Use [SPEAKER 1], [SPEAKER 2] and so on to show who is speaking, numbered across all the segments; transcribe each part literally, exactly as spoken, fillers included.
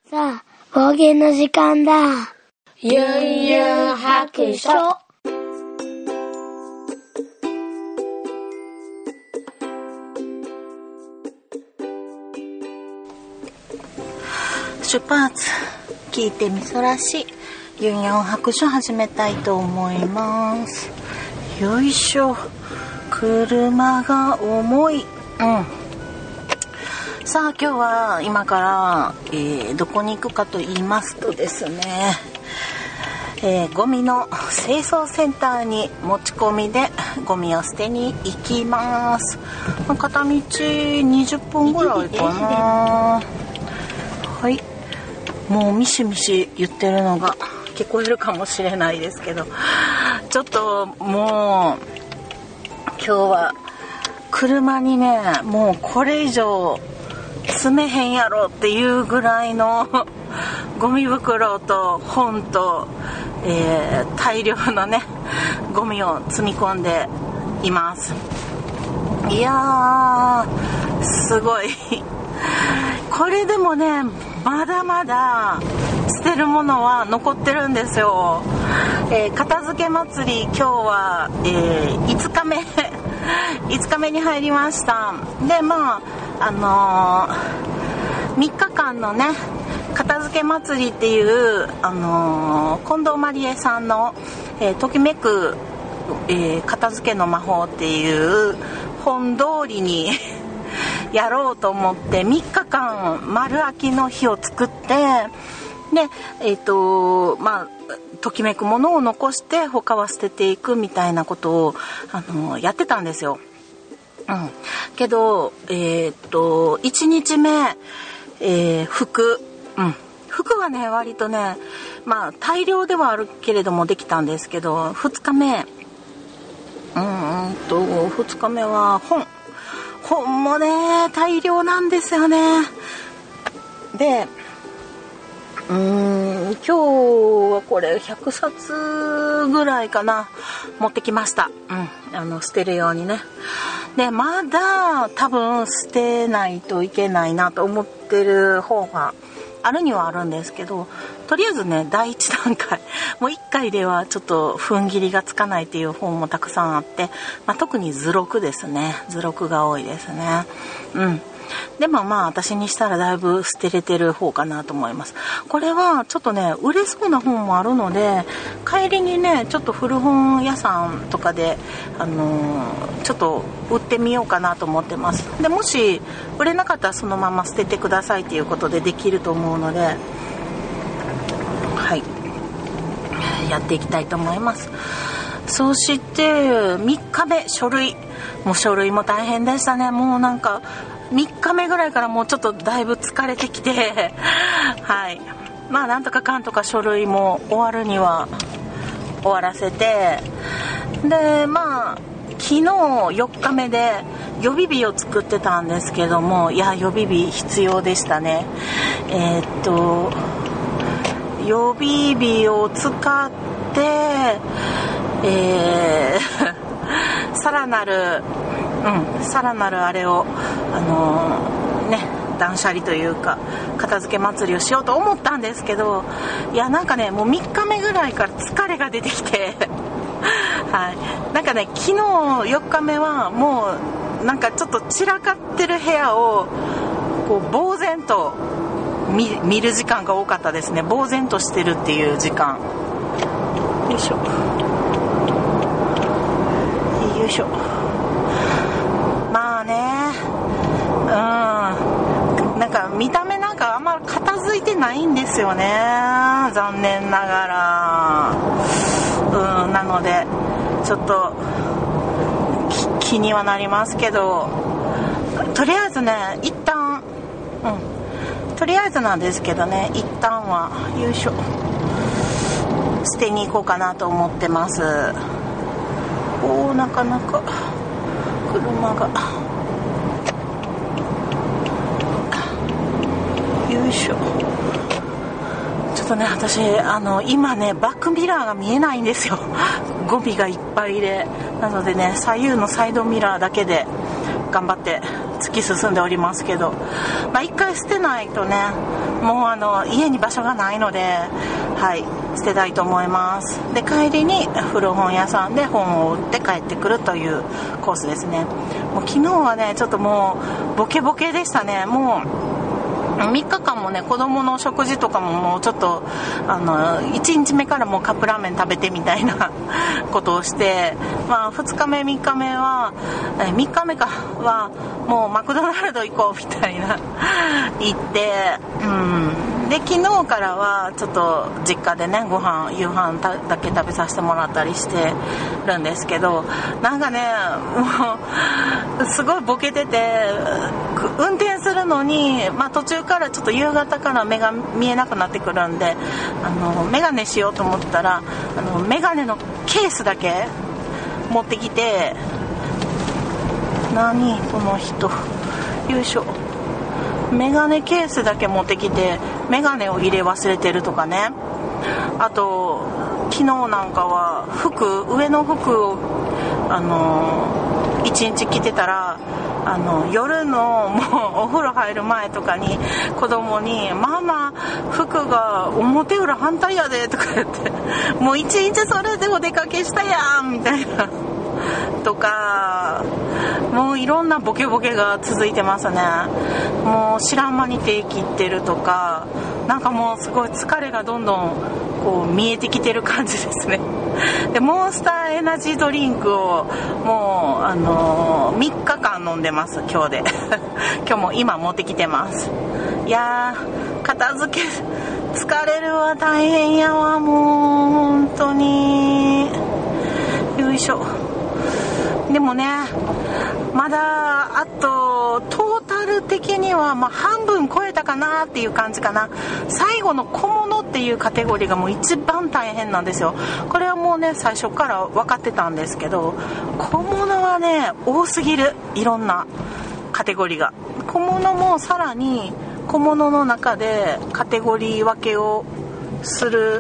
[SPEAKER 1] さあ、方言の時間だ。ゆんゆん白書。
[SPEAKER 2] 出発。聞いてみそらしいユンユン白書始めたいと思います。よいしょ。車が重い。うん。さあ今日は今から、えー、どこに行くかと言いますとですね、えー、ゴミの清掃センターに持ち込みでゴミを捨てに行きます。片道にじゅっぷんぐらいかな。はい。もうミシミシ言ってるのが聞こえるかもしれないですけど、ちょっともう今日は車にね、もうこれ以上詰めへんやろっていうぐらいのゴミ袋と本と、えー、大量のねゴミを積み込んでいます。いやーすごいこれでもねまだまだ捨てるものは残ってるんですよ。えー、片付け祭り今日は、えー、いつかめいつかめに入りました。でまああのー、みっかかんのね片付け祭りっていう、あのー、近藤まりえさんの、えー、ときめく、えー、片付けの魔法っていう本通りにやろうと思ってみっかかん丸空きの日を作って、でえっとまあときめくものを残して他は捨てていくみたいなことを、あのやってたんですよ。うん、けどえー、っといちにちめ、えー、服、うん、服はね割とねまあ大量ではあるけれどもできたんですけど、ふつかめうんうんとふつかめは本本もね大量なんですよね。でうーん今日はこれひゃくさつぐらいかな持ってきました。うん、あの捨てるようにね。でまだ多分捨てないといけないなと思ってる方があるにはあるんですけど、とりあえずねだいいちだんかいもういっかいではちょっと踏ん切りがつかないっていう本もたくさんあって、まあ、特に図録ですね。図録が多いですね。うんでもまあ私にしたらだいぶ捨てれてる方かなと思います。これはちょっとね売れそうな本もあるので、帰りにねちょっと古本屋さんとかで、あのー、ちょっと売ってみようかなと思ってます。でもし売れなかったらそのまま捨ててくださいっていうことでできると思うので、はいやっていきたいと思います。そしてみっかめ書類、もう書類も大変でしたね。もうなんかみっかめぐらいからもうちょっとだいぶ疲れてきてはいまあなんとかかんとか書類も終わるには終わらせて、でまあ昨日よっかめで予備日を作ってたんですけども、いや予備日必要でしたね。えー、っと予備日を使ってえー、さらなる、うん、さらなるあれを、あのー、ね、断捨離というか片付け祭りをしようと思ったんですけど、いやなんかねもうみっかめぐらいから疲れが出てきてはい、なんかね昨日よっかめはもうなんかちょっと散らかってる部屋をこう呆然と 見, 見る時間が多かったですね。呆然としてるっていう時間。よいしょよいしょ。まあね、うん、なんか見た目なんかあんま片付いてないんですよね、残念ながら。うん、なのでちょっと気にはなりますけど、とりあえずね一旦、うん、とりあえずなんですけどね一旦はよいしょ捨てに行こうかなと思ってます。おーなかなか車がよいしょ。ちょっとね私あの今ねバックミラーが見えないんですよゴミがいっぱいで。なのでね左右のサイドミラーだけで頑張って突き進んでおりますけど、まあ、一回捨てないとね、もうあの家に場所がないので、はい、捨てたいと思います。で帰りに古本屋さんで本を売って帰ってくるというコースですね。もう昨日はねちょっともうボケボケでしたね。もうみっかかんもね、子供の食事とかももうちょっとあのいちにちめからもうカップラーメン食べてみたいなことをして、まあ、ふつかめみっかめはえみっかめかはもうマクドナルド行こうみたいな行って、うんで昨日からはちょっと実家でねご飯夕飯だけ食べさせてもらったりしてるんですけど、なんかねもうすごいボケてて、運転するのに、まあ、途中からちょっと夕方から目が見えなくなってくるんで、あのメガネしようと思ったら、あのメガネのケースだけ持ってきて、何この人、よいしょ、メガネケースだけ持ってきてメガネを入れ忘れてるとかね。あと昨日なんかは服、上の服をあの一日着てたら、あの夜のもうお風呂入る前とかに子供に「ママ服が表裏反対やで」とか言って、もう一日それでお出かけしたやんみたいなとか、もういろんなボケボケが続いてますね。もう知らん間に手切ってるとか、なんかもうすごい疲れがどんどんこう見えてきてる感じですね。でモンスターエナジードリンクをもうあのー、みっかかん飲んでます今日で今日も今持ってきてます。いやー片付け疲れるわ、大変やわ、もう本当に。よいしょ。でもねまだあとトータル的にはまあ半分超えたかなっていう感じかな。最後の小物っていうカテゴリーがもう一番大変なんですよ。これはもうね最初から分かってたんですけど、小物はね多すぎる、いろんなカテゴリーが。小物もさらに小物の中でカテゴリー分けをする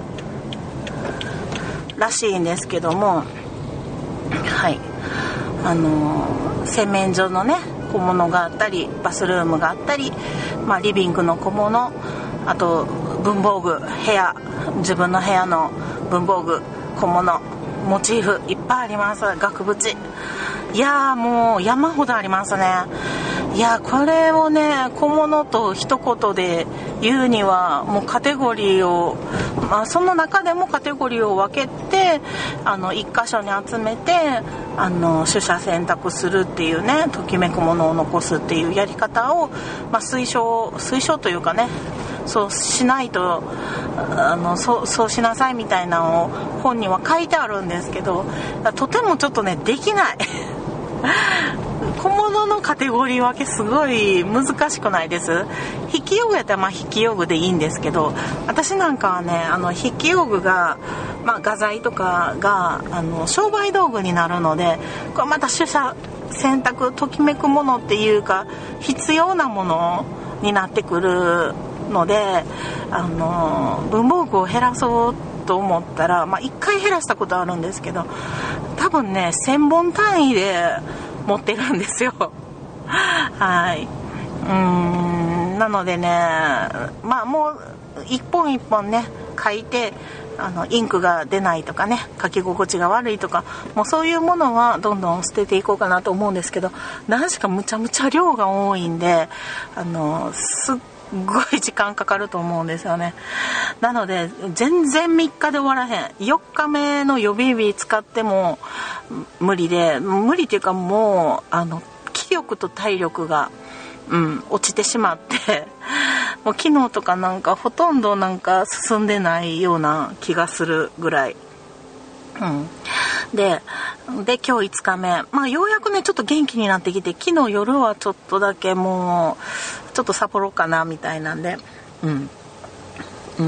[SPEAKER 2] らしいんですけども、はい、あのー、洗面所のね小物があったり、バスルームがあったり、まあ、リビングの小物、あと文房具、部屋、自分の部屋の文房具、小物、モチーフいっぱいあります。額縁、いやーもう山ほどありますね。いやこれをね小物と一言で言うにはもうカテゴリーを、まあ、その中でもカテゴリーを分けてあの一箇所に集めてあの取捨選択するっていうね、ときめくものを残すっていうやり方を、まあ、推奨推奨というかね、そうしないとあの そ, そうしなさいみたいなのを本には書いてあるんですけど、とてもちょっとねできない小物のカテゴリー分けすごい難しくないです？筆記用具やったらまあ筆記用具でいいんですけど、私なんかはねあの筆記用具が、まあ、画材とかがあの商売道具になるので、これまた取捨選択、ときめくものっていうか必要なものになってくるので、あの文房具を減らそうと思ったら、まあ、いっかい減らしたことあるんですけど、多分ねせんぼん単位で持ってるんですよはい、うーんなのでね、まあもう一本一本ね書いて、あのインクが出ないとかね、書き心地が悪いとか、もうそういうものはどんどん捨てていこうかなと思うんですけど、何しかむちゃむちゃ量が多いんで、あのすっごい時間かかると思うんですよね。なので全然みっかで終わらへん。よっかめの予備日使っても無理で、無理っていうかもうあの気力と体力が、うん、落ちてしまってもう昨日とかなんかほとんどなんか進んでないような気がするぐらい、うん、で, で今日いつかめ、まあ、ようやくねちょっと元気になってきて、昨日夜はちょっとだけもうちょっとサボろうかなみたいなんで、うんうん、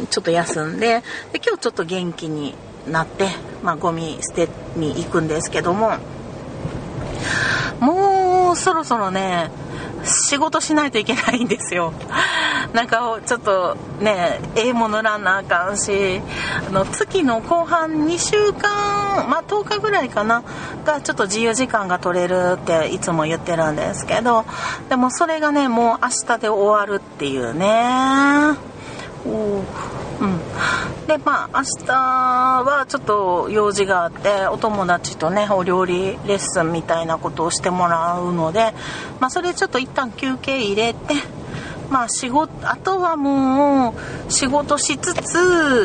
[SPEAKER 2] ちょっと休んで、で今日ちょっと元気になって、まあ、ゴミ捨てに行くんですけども、もうそろそろね仕事しないといけないんですよ。 なんかちょっとねええものらんなあかんし、あの月の後半にしゅうかん、まあとおかぐらいかながちょっと自由時間が取れるっていつも言ってるんですけど、でもそれがねもう明日で終わるっていうね。おうん、でまあ明日はちょっと用事があってお友達とねお料理レッスンみたいなことをしてもらうので、まあ、それちょっと一旦休憩入れて、まあ仕事あとはもう仕事しつつ、うん、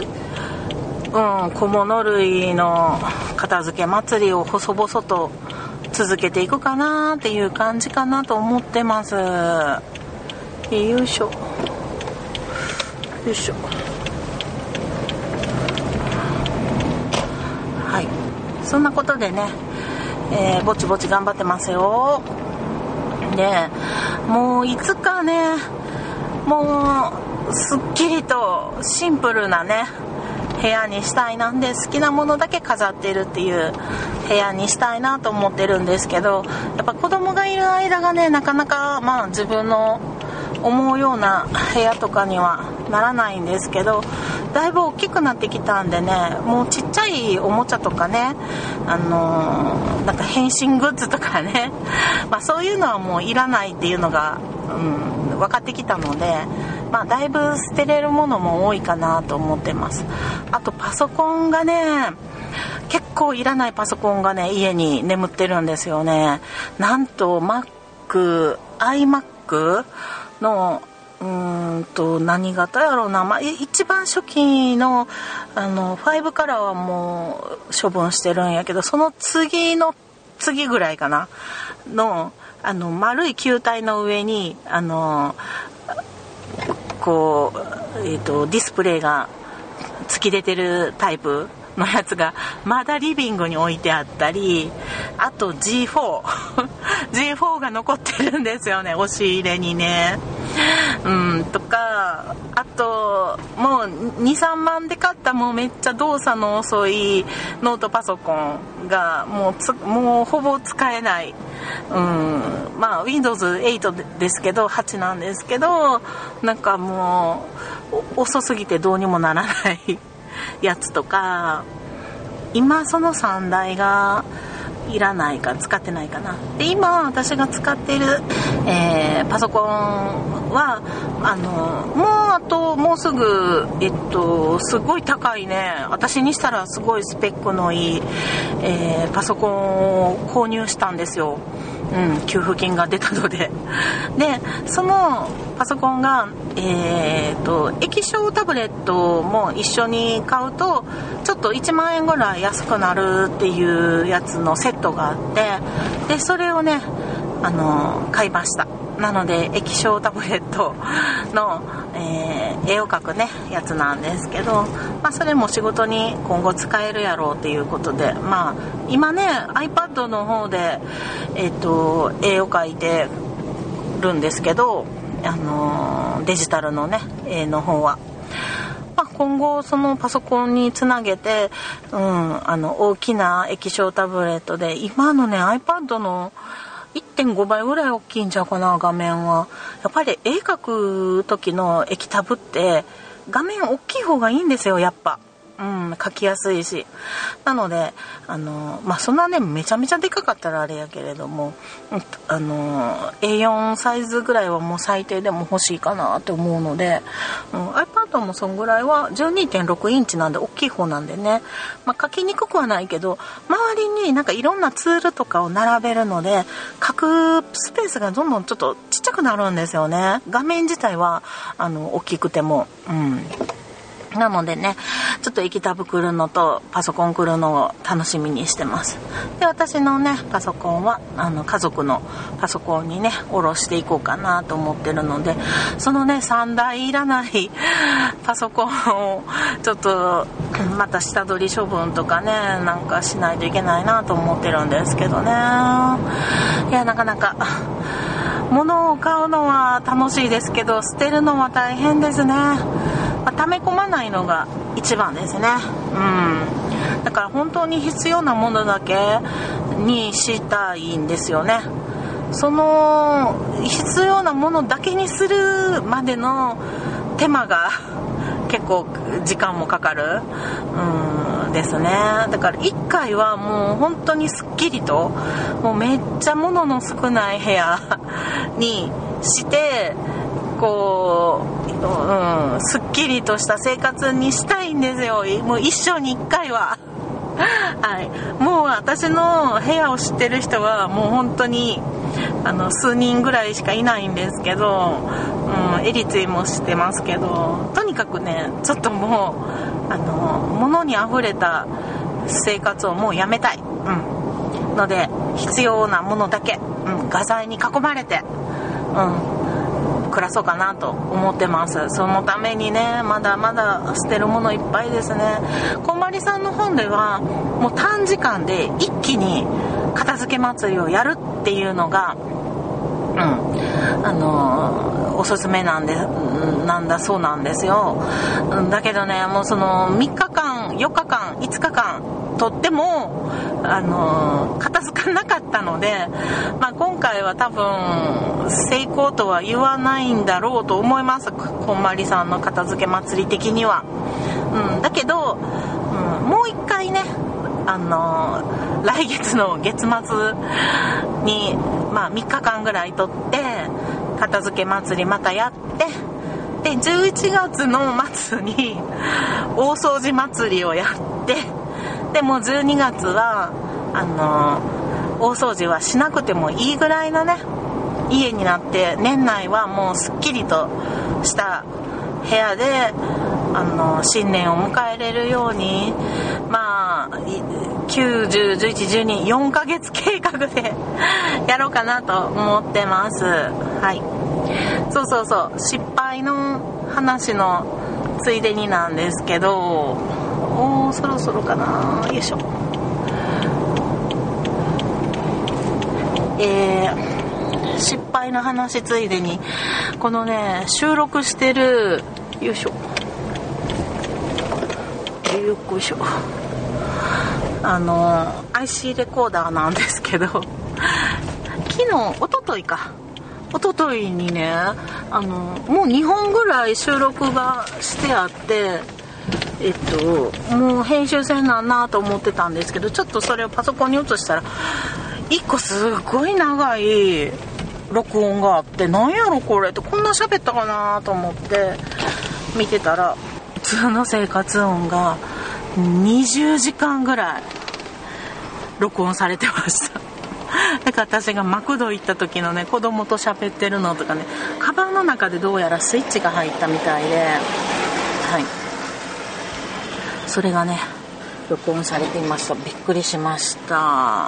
[SPEAKER 2] 小物類の片付け祭りを細々と続けていくかなっていう感じかなと思ってます。よいしょよいしょ。はい、そんなことでね、えー、ぼちぼち頑張ってますよ。でもういつかねもうすっきりとシンプルなね部屋にしたいなんで、好きなものだけ飾ってるっていう部屋にしたいなと思ってるんですけど、やっぱ子供がいる間がねなかなかまあ自分の思うような部屋とかにはならないんですけど、だいぶ大きくなってきたんでね、もうちっちゃいおもちゃとかね、あのー、なんか変身グッズとかね、まあ、そういうのはもういらないっていうのが、うん、分かってきたので、まあ、だいぶ捨てれるものも多いかなと思ってます。あとパソコンがね結構いらないパソコンがね家に眠ってるんですよね。なんと Mac、iMac のうーんと何型やろうな、まあ、一番初期のあのファイブからはもう処分してるんやけど、その次の次ぐらいかなのあの丸い球体の上にあのこう、えーと、ディスプレイが突き出てるタイプのやつがまだリビングに置いてあったり、あと ジーフォー ジーフォー が残ってるんですよね、押し入れにね。うんとか、あともう にさんまんで買ったもうめっちゃ動作の遅いノートパソコンがもうつもうほぼ使えない、うん、まあ ウィンドウズエイト ですけどはちなんですけど、なんかもう遅すぎてどうにもならないやつとか、今そのさんだいがいらないか使ってないかな。で今私が使っている、えー、パソコンはあのもうあともうすぐえっとすごい高いね、私にしたらすごいスペックのいい、えー、パソコンを購入したんですよ。うん、給付金が出たので。でそのパソコンが、えー、と液晶タブレットも一緒に買うとちょっといちまんえんぐらい安くなるっていうやつのセットがあって、でそれをねあの買いました。なので液晶タブレットの、えー、絵を描くねやつなんですけど、まあ、それも仕事に今後使えるやろうっていうことで、まあ今ね iPad の方で、えー、と絵を描いてるんですけど、あのー、デジタルのね絵の方は、まあ、今後そのパソコンにつなげて、うん、あの大きな液晶タブレットで、今のね iPad のいってんごばいぐらい大きいんちゃうかな、画面は。やっぱり絵描く時の液タブって画面大きい方がいいんですよ、やっぱ。うん、描きやすいし。なのであのまあそんなねめちゃめちゃでかかったらあれやけれども、あの エーよん サイズぐらいはもう最低でも欲しいかなって思うので、うん、iPad もそんぐらいは じゅうにてんろく インチなんで大きい方なんでね、まあ、書きにくくはないけど周りになんかいろんなツールとかを並べるので書くスペースがどんどんちょっとちっちゃくなるんですよね。画面自体はあの大きくても、うんなのでね、ちょっと液タブ来るのとパソコン来るのを楽しみにしてます。で、私のねパソコンはあの家族のパソコンにね下ろしていこうかなと思ってるので、そのねさんだいいらないパソコンをちょっとまた下取り処分とかねなんかしないといけないなと思ってるんですけどね。いやなかなか物を買うのは楽しいですけど捨てるのは大変ですね。まあ、溜め込まないのが一番ですね。うん。だから本当に必要なものだけにしたいんですよね。 その必要なものだけにするまでの手間が結構時間もかかるうんですね。だからいっかいはもう本当にすっきりともうめっちゃ物の少ない部屋にしてこう、うん、すっきりとした生活にしたいんですよ。もう一生にいっかいははい、もう私の部屋を知ってる人はもう本当にあの数人ぐらいしかいないんですけど、うん、エリツィもしてますけど、とにかくねちょっともうあの物にあふれた生活をもうやめたい、うん、ので必要なものだけ、うん、画材に囲まれて、うん、暮らそうかなと思ってます。そのためにねまだまだ捨てるものいっぱいですね。こんまりさんの本ではもう短時間で一気に片付け祭りをやるっていうのが、うん、あのー、おすすめなんでなんだそうなんですよ。だけどねもうそのみっかかんよっかかんいつかかんとってもあのー、片付かなかったので、まあ、今回は多分成功とは言わないんだろうと思います。こんまりさんの片付け祭り的には、うん、だけど、うん、もう一回ねあのー、来月の月末に、まあ、みっかかんぐらいとって片付け祭りまたやってでじゅういちがつの末に大掃除祭りをやってでもうじゅうにがつはあのー、大掃除はしなくてもいいぐらいのね家になって年内はもうすっきりとした部屋であの新年を迎えれるようにまあきゅう、じゅう、じゅういち、じゅうに、よんかげつ計画でやろうかなと思ってます。はい。そうそうそう失敗の話のついでになんですけど、おーそろそろかなよいしょ。えー、失敗の話ついでにこのね収録してるよいしょよいしょあの アイシー レコーダーなんですけど昨日一昨日か一昨日にねあのもうにほんぐらい収録がしてあってえっともう編集せんなんなと思ってたんですけどちょっとそれをパソコンに移したらいっこすごい長い録音があってなんやろこれってこんな喋ったかなと思って見てたら普通の生活音がにじゅうじかんぐらい録音されてましただから私がマクド行った時のね子供と喋ってるのとかねカバンの中でどうやらスイッチが入ったみたいではいそれがね録音されていました。びっくりしました。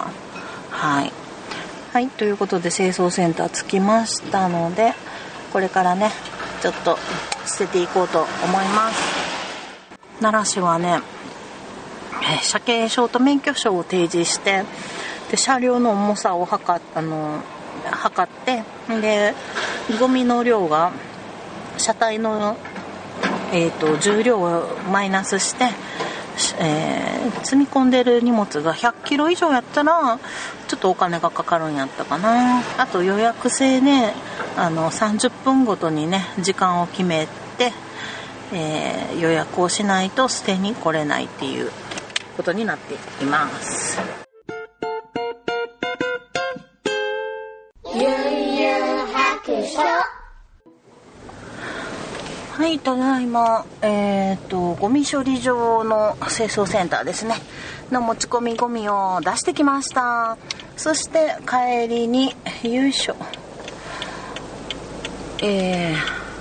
[SPEAKER 2] はいはいということで清掃センター着きましたのでこれからねちょっと捨てていこうと思います。奈良市はね車検証と免許証を提示してで車両の重さを測っ、あの測ってでゴミの量が車体の、えーと、重量をマイナスして、えー、積み込んでる荷物がひゃっキロ以上やったらちょっとお金がかかるんやったかな。あと予約制であのさんじゅっぷんごとにね時間を決めて、えー、予約をしないと捨てに来れないっていうことになっています。はい、ただいま、えーと、ゴミ処理場の清掃センターですねの持ち込みゴミを出してきました。そして帰りによいしょ、え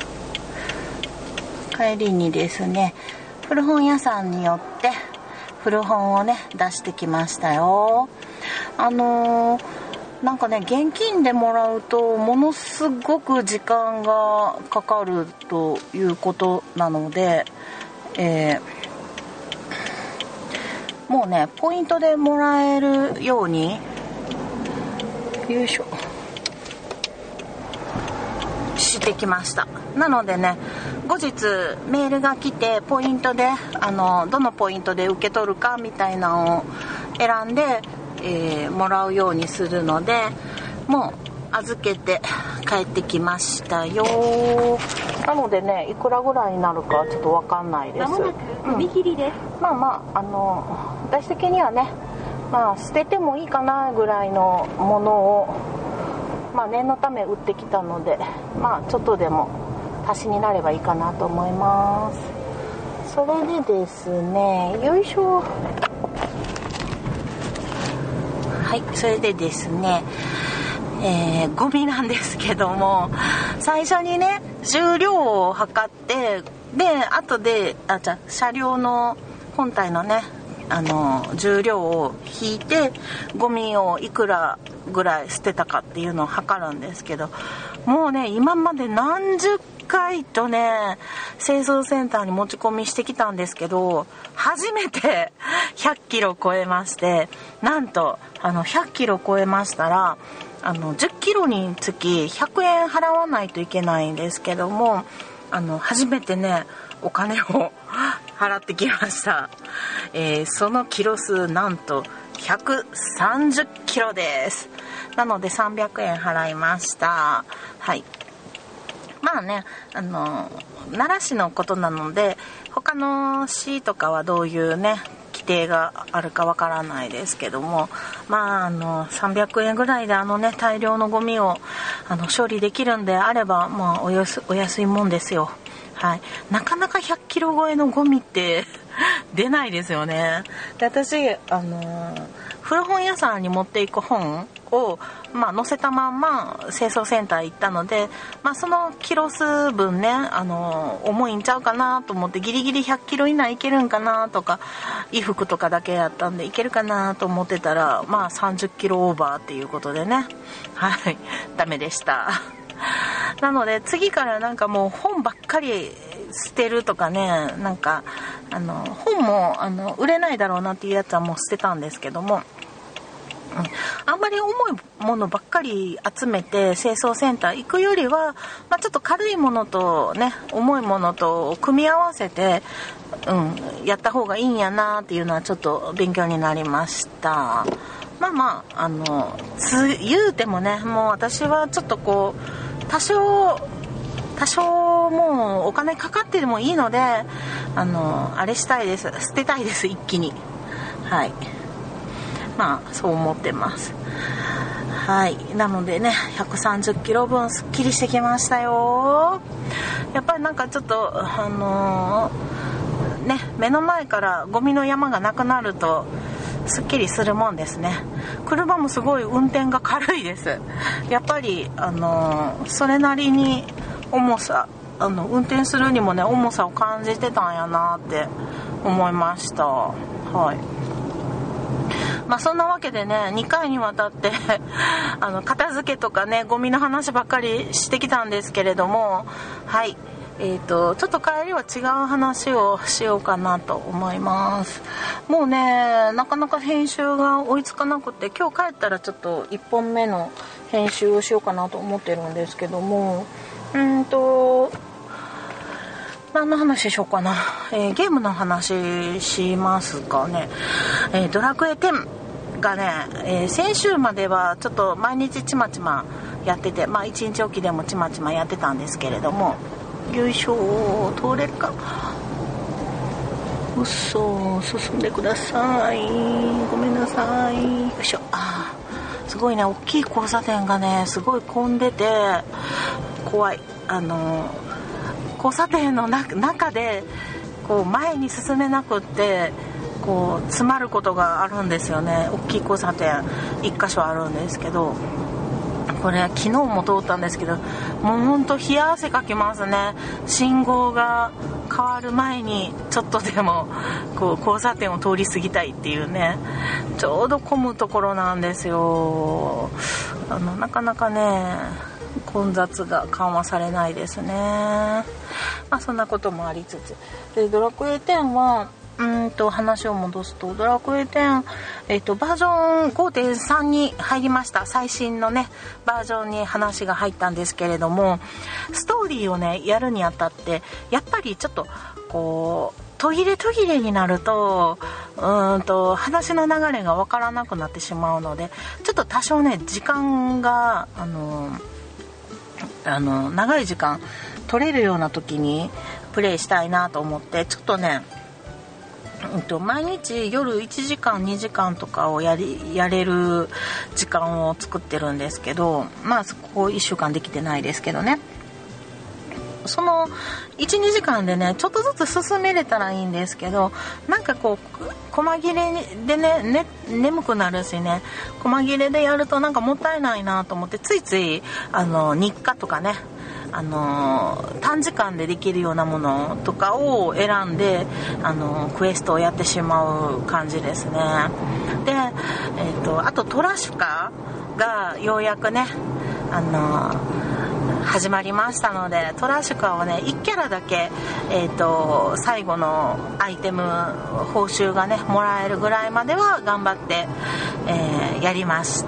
[SPEAKER 2] ー、帰りにですね古本屋さんによって古本をね出してきましたよ。あのーなんかね現金でもらうとものすごく時間がかかるということなので、えー、もうねポイントでもらえるようによいしょしてきました。なのでね後日メールが来てポイントであのどのポイントで受け取るかみたいなのを選んでえー、もらうようにするのでも預けて帰ってきましたよ。なのでね、いくらぐらいになるかちょっと分かんないです。
[SPEAKER 3] まもなく踏切です。
[SPEAKER 2] うん、まあまあ、あの私的にはね、まあ捨ててもいいかなぐらいのものを、まあ念のため売ってきたので、まあちょっとでも足しになればいいかなと思います。それでですね、よいしょ。はい、それでですね、えー、ゴミなんですけども、最初にね重量を測って、で後であじゃ車両の本体のねあの重量を引いてゴミをいくらぐらい捨てたかっていうのを測るんですけど、もうね今まで何十回とね清掃センターに持ち込みしてきたんですけど、初めてひゃっキロ超えまして、なんとあのひゃっキロ超えましたらあのじゅっキロにつきひゃくえん払わないといけないんですけども、あの初めてねお金を払ってきました。えー、そのキロ数なんとひゃくさんじゅっキロです。なのでさんびゃくえん払いました。はい。まあね、あの奈良市のことなので他の市とかはどういうね規定があるかわからないですけども、まああのさんびゃくえんぐらいであのね大量のゴミをあの処理できるんであれば、まあおやすお安いもんですよ。はい、なかなかひゃっキロ超えのゴミって出ないですよね。で私あの古本屋さんに持っていく本を、まあ、載せたまんま清掃センター行ったので、まあ、そのキロ数分ねあの重いんちゃうかなと思って、ギリギリひゃっキロ以内いけるんかなとか、衣服とかだけやったんでいけるかなと思ってたら、まあさんじゅっキロオーバーっていうことでね、はいダメでした。なので次からなんかもう本ばっかり捨てるとかね、なんかあの本もあの売れないだろうなっていうやつはもう捨てたんですけども、あんまり重いものばっかり集めて清掃センター行くよりは、まあ、ちょっと軽いものとね重いものと組み合わせて、うん、やった方がいいんやなっていうのはちょっと勉強になりました。まあまああのつ言うてもね、もう私はちょっとこう多少多少もうお金かかってでもいいので、あのあれしたいです、捨てたいです一気に。はい、まあそう思ってます。はい、なのでねひゃくさんじゅっキロぶんすっきりしてきましたよ。やっぱりなんかちょっとあのー、ね目の前からゴミの山がなくなるとすっきりするもんですね。車もすごい運転が軽いです。やっぱりあのー、それなりに重さあの運転するにもね重さを感じてたんやなって思いました。はい、まあそんなわけでねにかいにわたってあの片付けとかねゴミの話ばっかりしてきたんですけれども、はい、えーと、ちょっと帰りは違う話をしようかなと思います。もうねなかなか編集が追いつかなくて、今日帰ったらちょっといっぽんめの編集をしようかなと思ってるんですけども、うーんと何の話しようかな、えー、ゲームの話しますかね。えー、ドラクエテンがね、えー、先週まではちょっと毎日ちまちまやってて、まあいちにちおきでもちまちまやってたんですけれども、よいしょ通れるか、うっそ進んでください、ごめんなさい。よいしょ。あーすごいね大きい交差点がねすごい混んでて怖い。あの交差点の中でこう前に進めなくってこう詰まることがあるんですよね。大きい交差点いっか所あるんですけど、これ昨日も通ったんですけど、もうほんと冷や汗かきますね。信号が変わる前にちょっとでもこう交差点を通り過ぎたいっていうね、ちょうど混むところなんですよ。あのなかなかね混雑が緩和されないですね。まあそんなこともありつつで、ドラクエテンはうんと話を戻すと、ドラクエテン、えーと、バージョン ごてんさん に入りました。最新のねバージョンに話が入ったんですけれども、ストーリーをねやるにあたってやっぱりちょっとこ途切れ途切れになるとうーんと話の流れが分からなくなってしまうので、ちょっと多少ね時間があのあの長い時間取れるような時にプレイしたいなと思って、ちょっとね、うん、と毎日夜いちじかんにじかんとかをやりやれる時間を作ってるんですけど、まあそこいっしゅうかんできてないですけどね、その いちにじかんでねちょっとずつ進めれたらいいんですけど、なんかこう細切れで ね, ね眠くなるしね、細切れでやるとなんかもったいないなと思って、ついついあの日課とかね、あの短時間でできるようなものとかを選んであのクエストをやってしまう感じですね。で、えーと、あとトラシュカがようやくねあの始まりましたので、トラシュカをねいちキャラだけ、えーと、最後のアイテム報酬がねもらえるぐらいまでは頑張って、えー、やりました。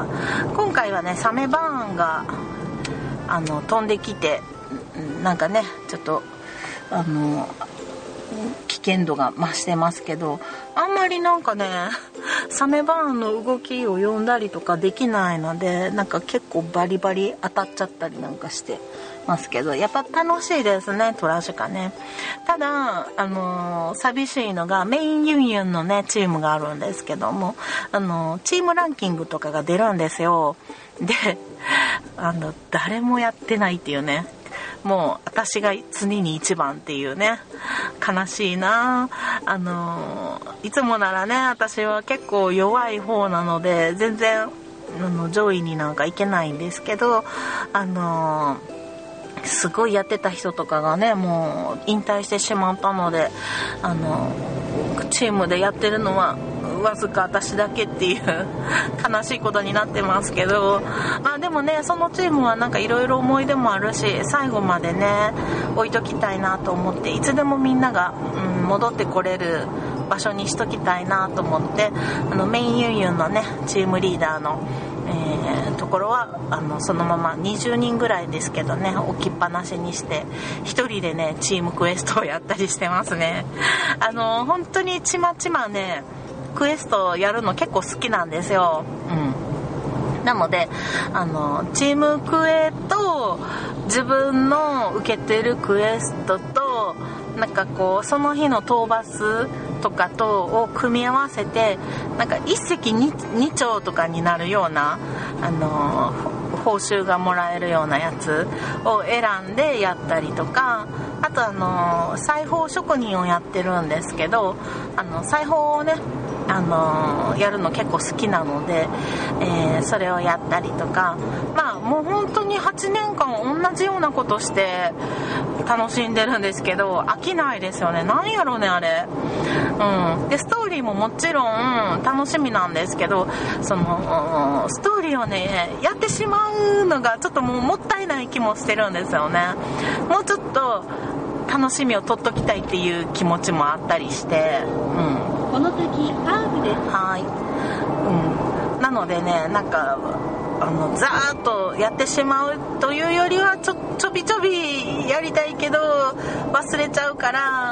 [SPEAKER 2] 今回はねサメバーンがあの飛んできて、なんかねちょっとあの危険度が増してますけど、あんまりなんかねサメバーンの動きを読んだりとかできないので、なんか結構バリバリ当たっちゃったりなんかしてますけど、やっぱ楽しいですねトラシュカね。ただあのー、寂しいのがメインユンユンのねチームがあるんですけども、あのー、チームランキングとかが出るんですよ。であの誰もやってないっていうね、もう私が常に一番っていうね、悲しいな。あのいつもならね私は結構弱い方なので全然あの上位になんかいけないんですけど、あのすごいやってた人とかがねもう引退してしまったので、あのチームでやってるのはわずか私だけっていう悲しいことになってますけど、まあでもねそのチームはなんかいろいろ思い出もあるし、最後までね置いときたいなと思って、いつでもみんなが、うん、戻ってこれる場所にしときたいなと思って、あのメインユンユンのねチームリーダーの、えー、ところはあのそのままにじゅうにんぐらいですけどね置きっぱなしにして、一人でねチームクエストをやったりしてますね。あの本当にちまちまねクエストやるの結構好きなんですよ。うん、なのであのチームクエと自分の受けてるクエストとなんかこうその日の討伐とかとを組み合わせて、なんか一石二鳥とかになるようなあの報酬がもらえるようなやつを選んでやったりとか、あとあの裁縫職人をやってるんですけど、あの裁縫をねあのやるの結構好きなので、えー、それをやったりとか、まあもう本当にはちねんかん同じようなことして楽しんでるんですけど飽きないですよね。なんやろうねあれ、うん、でストーリーももちろん楽しみなんですけど、そのストーリーをねやってしまうのがちょっともうもったいない気もしてるんですよね。もうちょっと楽しみを取っときたいっていう気持ちもあったりして、うん、
[SPEAKER 3] この先カーブです。
[SPEAKER 2] はい、うん、なのでねなんかあのザーッとやってしまうというよりはちょちょびちょびやりたいけど忘れちゃうから、うん、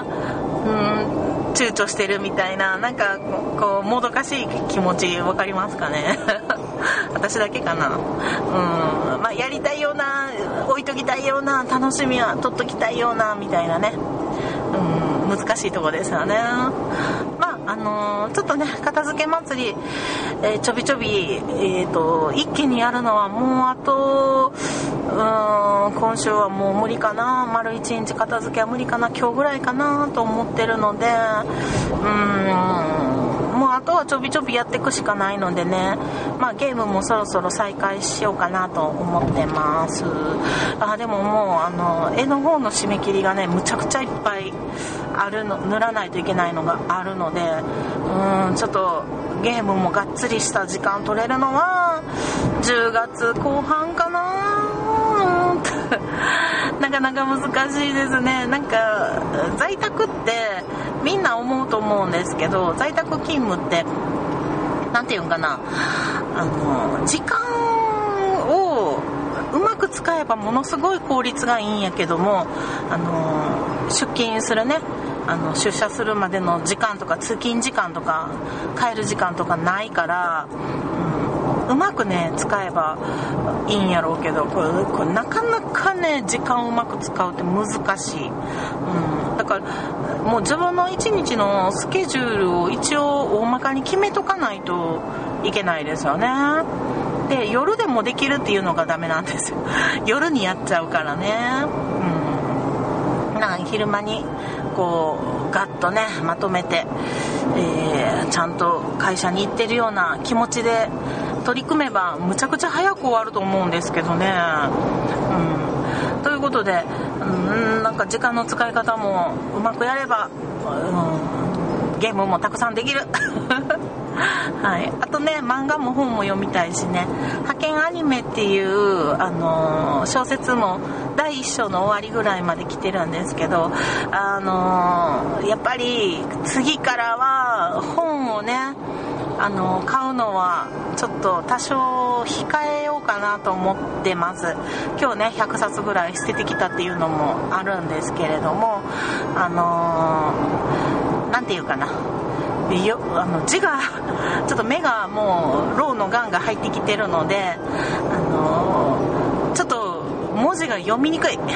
[SPEAKER 2] 躊躇してるみたいな、なんかこうもどかしい気持ち分かりますかね私だけかな。うん、まあやりたいような置いときたいような楽しみは取っときたいようなみたいなね、うん、難しいところですよね。まああのー、ちょっとね片付け祭り、えー、ちょびちょび、えー、と一気にやるのはもうあとうーん今週はもう無理かな、丸一日片付けは無理かな、今日ぐらいかなと思ってるので、うーんもうあとはちょびちょびやっていくしかないのでね、まあゲームもそろそろ再開しようかなと思ってます。あでももうあの絵の方の締め切りがねむちゃくちゃいっぱいあるの、塗らないといけないのがあるので、うーんちょっとゲームもがっつりした時間取れるのはじゅうがつこう半かななかなか難しいですね。なんか在宅ってみんな思うと思うんですけど、在宅勤務ってなんていうんかな、あの時間をうまく使えばものすごい効率がいいんやけども、あのー、出勤するね、あの出社するまでの時間とか通勤時間とか帰る時間とかないから、うん、うまくね使えばいいんやろうけど、これ、これなかなかね時間をうまく使うって難しい、うん、だからもう自分の一日のスケジュールを一応大まかに決めとかないといけないですよね。で夜でもできるっていうのがダメなんですよ夜にやっちゃうからね、うん、なんか昼間にこうガッとねまとめて、えー、ちゃんと会社に行ってるような気持ちで取り組めばむちゃくちゃ早く終わると思うんですけどね、うん、ということで、うん、なんか時間の使い方もうまくやれば、うん、ゲームもたくさんできるはい、あとね漫画も本も読みたいしね、派遣アニメっていう、あのー、小説もだいいっ章の終わりぐらいまで来てるんですけど、あのー、やっぱり次からは本をね、あのー、買うのはちょっと多少控えようかなと思ってます。今日ねひゃくさつぐらい捨ててきたっていうのもあるんですけれども、あのー、なんていうかな、よあの字がちょっと目がもうろうのがんが入ってきてるので、あのー、ちょっと文字が読みにくい、うん、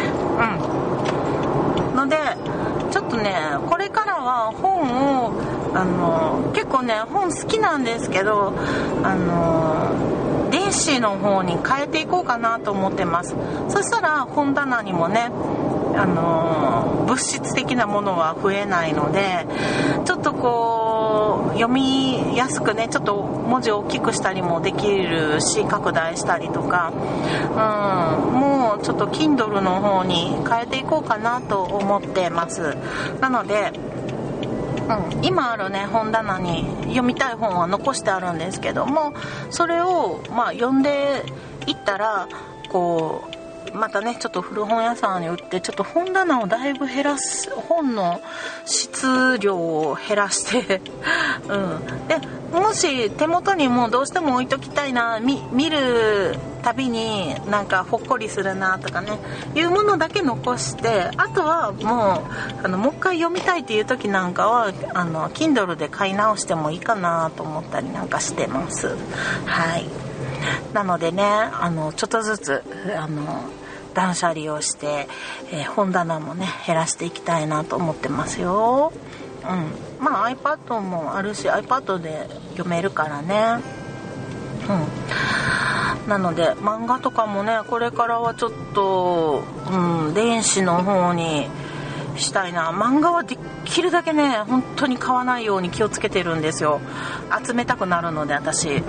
[SPEAKER 2] のでちょっとねこれからは本を、あのー、結構ね本好きなんですけど、あのー、電子の方に変えていこうかなと思ってます。そしたら本棚にもね、あのー、物質的なものは増えないので、ちょっとこう読みやすくねちょっと文字を大きくしたりもできるし拡大したりとか、うん、もうちょっと Kindle の方に変えていこうかなと思ってます。なので、うん、今あるね本棚に読みたい本は残してあるんですけども、それをまあ読んでいったらこうまたねちょっと古本屋さんに売ってちょっと本棚をだいぶ減らす、本の質量を減らして、うん、でもし手元にもどうしても置いときたいな、 見, 見るたびになんかほっこりするなとかねいうものだけ残して、あとはもうあのもう一回読みたいっていう時なんかはあの Kindle で買い直してもいいかなと思ったりなんかしてます。はい、なのでねあのちょっとずつあの断捨離をして、えー、本棚もね減らしていきたいなと思ってますよ。うん、まあ iPad もあるし iPad で読めるからね。うん、なので漫画とかもねこれからはちょっと、うん、電子の方にしたいな。漫画はできるだけね本当に買わないように気をつけてるんですよ。集めたくなるので私、うん、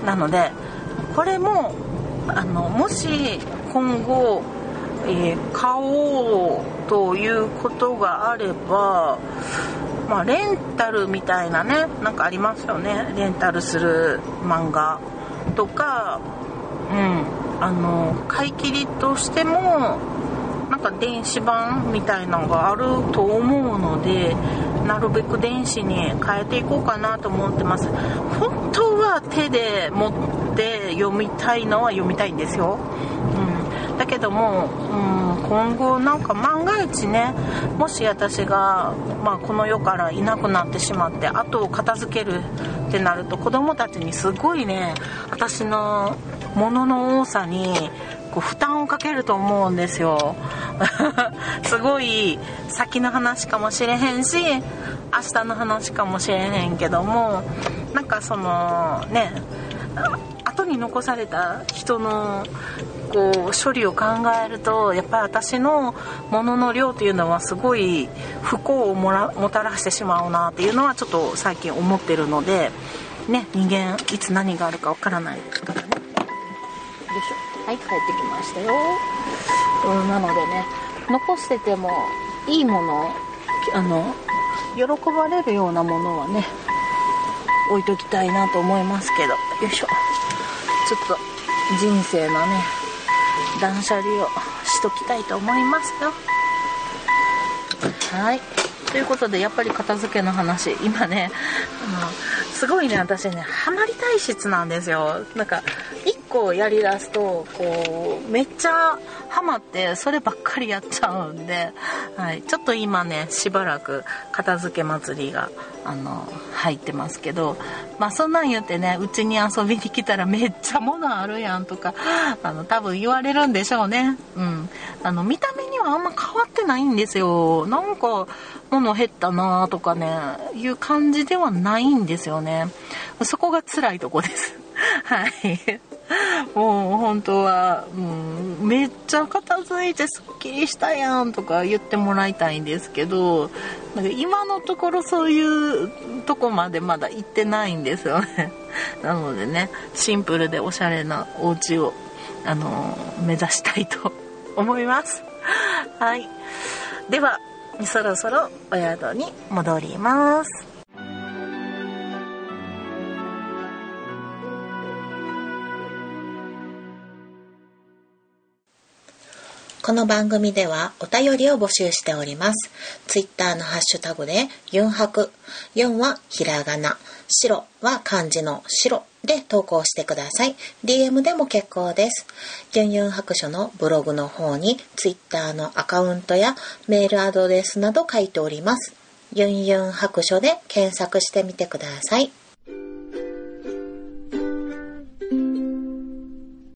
[SPEAKER 2] なのでこれもあのもし今後、えー、買おうということがあれば、まあ、レンタルみたいなねなんかありますよね。レンタルする漫画とか、うん、あの買い切りとしてもなんか電子版みたいなのがあると思うので、なるべく電子に変えていこうかなと思ってます。本当は手で持って読みたいのは読みたいんですよ、うん、だけども、うん、今後なんか万が一ねもし私が、まあ、この世からいなくなってしまって後を片付けるってなると子供たちにすごいね私の物の多さにこう負担をかけると思うんですよすごい先の話かもしれへんし明日の話かもしれへんけども、なんかそのね後に残された人のこう処理を考えるとやっぱり私の物の量というのはすごい不幸をもらもたらしてしまうなっていうのはちょっと最近思ってるのでね、人間いつ何があるかわからないですからね。よいしょ、はい、帰ってきましたよ、うん、なのでね残しててもいいものあの喜ばれるようなものはね置いときたいなと思いますけど、よいしょ、ちょっと人生のね断捨離をしときたいと思いますよ。はい、ということでやっぱり片付けの話今ねあのすごいね私ねハマり体質なんですよ。なんかいっ個やりだすとこうめっちゃハマってそればっかりやっちゃうんで、はい、ちょっと今ねしばらく片付け祭りがあの入ってますけど、まあそんなん言ってねうちに遊びに来たらめっちゃ物あるやんとかあの多分言われるんでしょうね。うん、あの見た目にはあんま変わってないんですよ。なんか物減ったなとかねいう感じではないんですよね。そこが辛いとこですはいもう本当は、うん、めっちゃ片付いてすっきりしたやんとか言ってもらいたいんですけど、なんか今のところそういうとこまでまだ行ってないんですよねなのでねシンプルでおしゃれなお家を、あのー、目指したいと思いますはい、ではそろそろお宿に戻ります。この番組ではお便りを募集しております。ツイッターのハッシュタグでユンハク、ユンはひらがな、白は漢字の白で投稿してください。ディーエム でも結構です。ユンユン白書のブログの方にツイッターのアカウントやメールアドレスなど書いております。ユンユン白書で検索してみてください。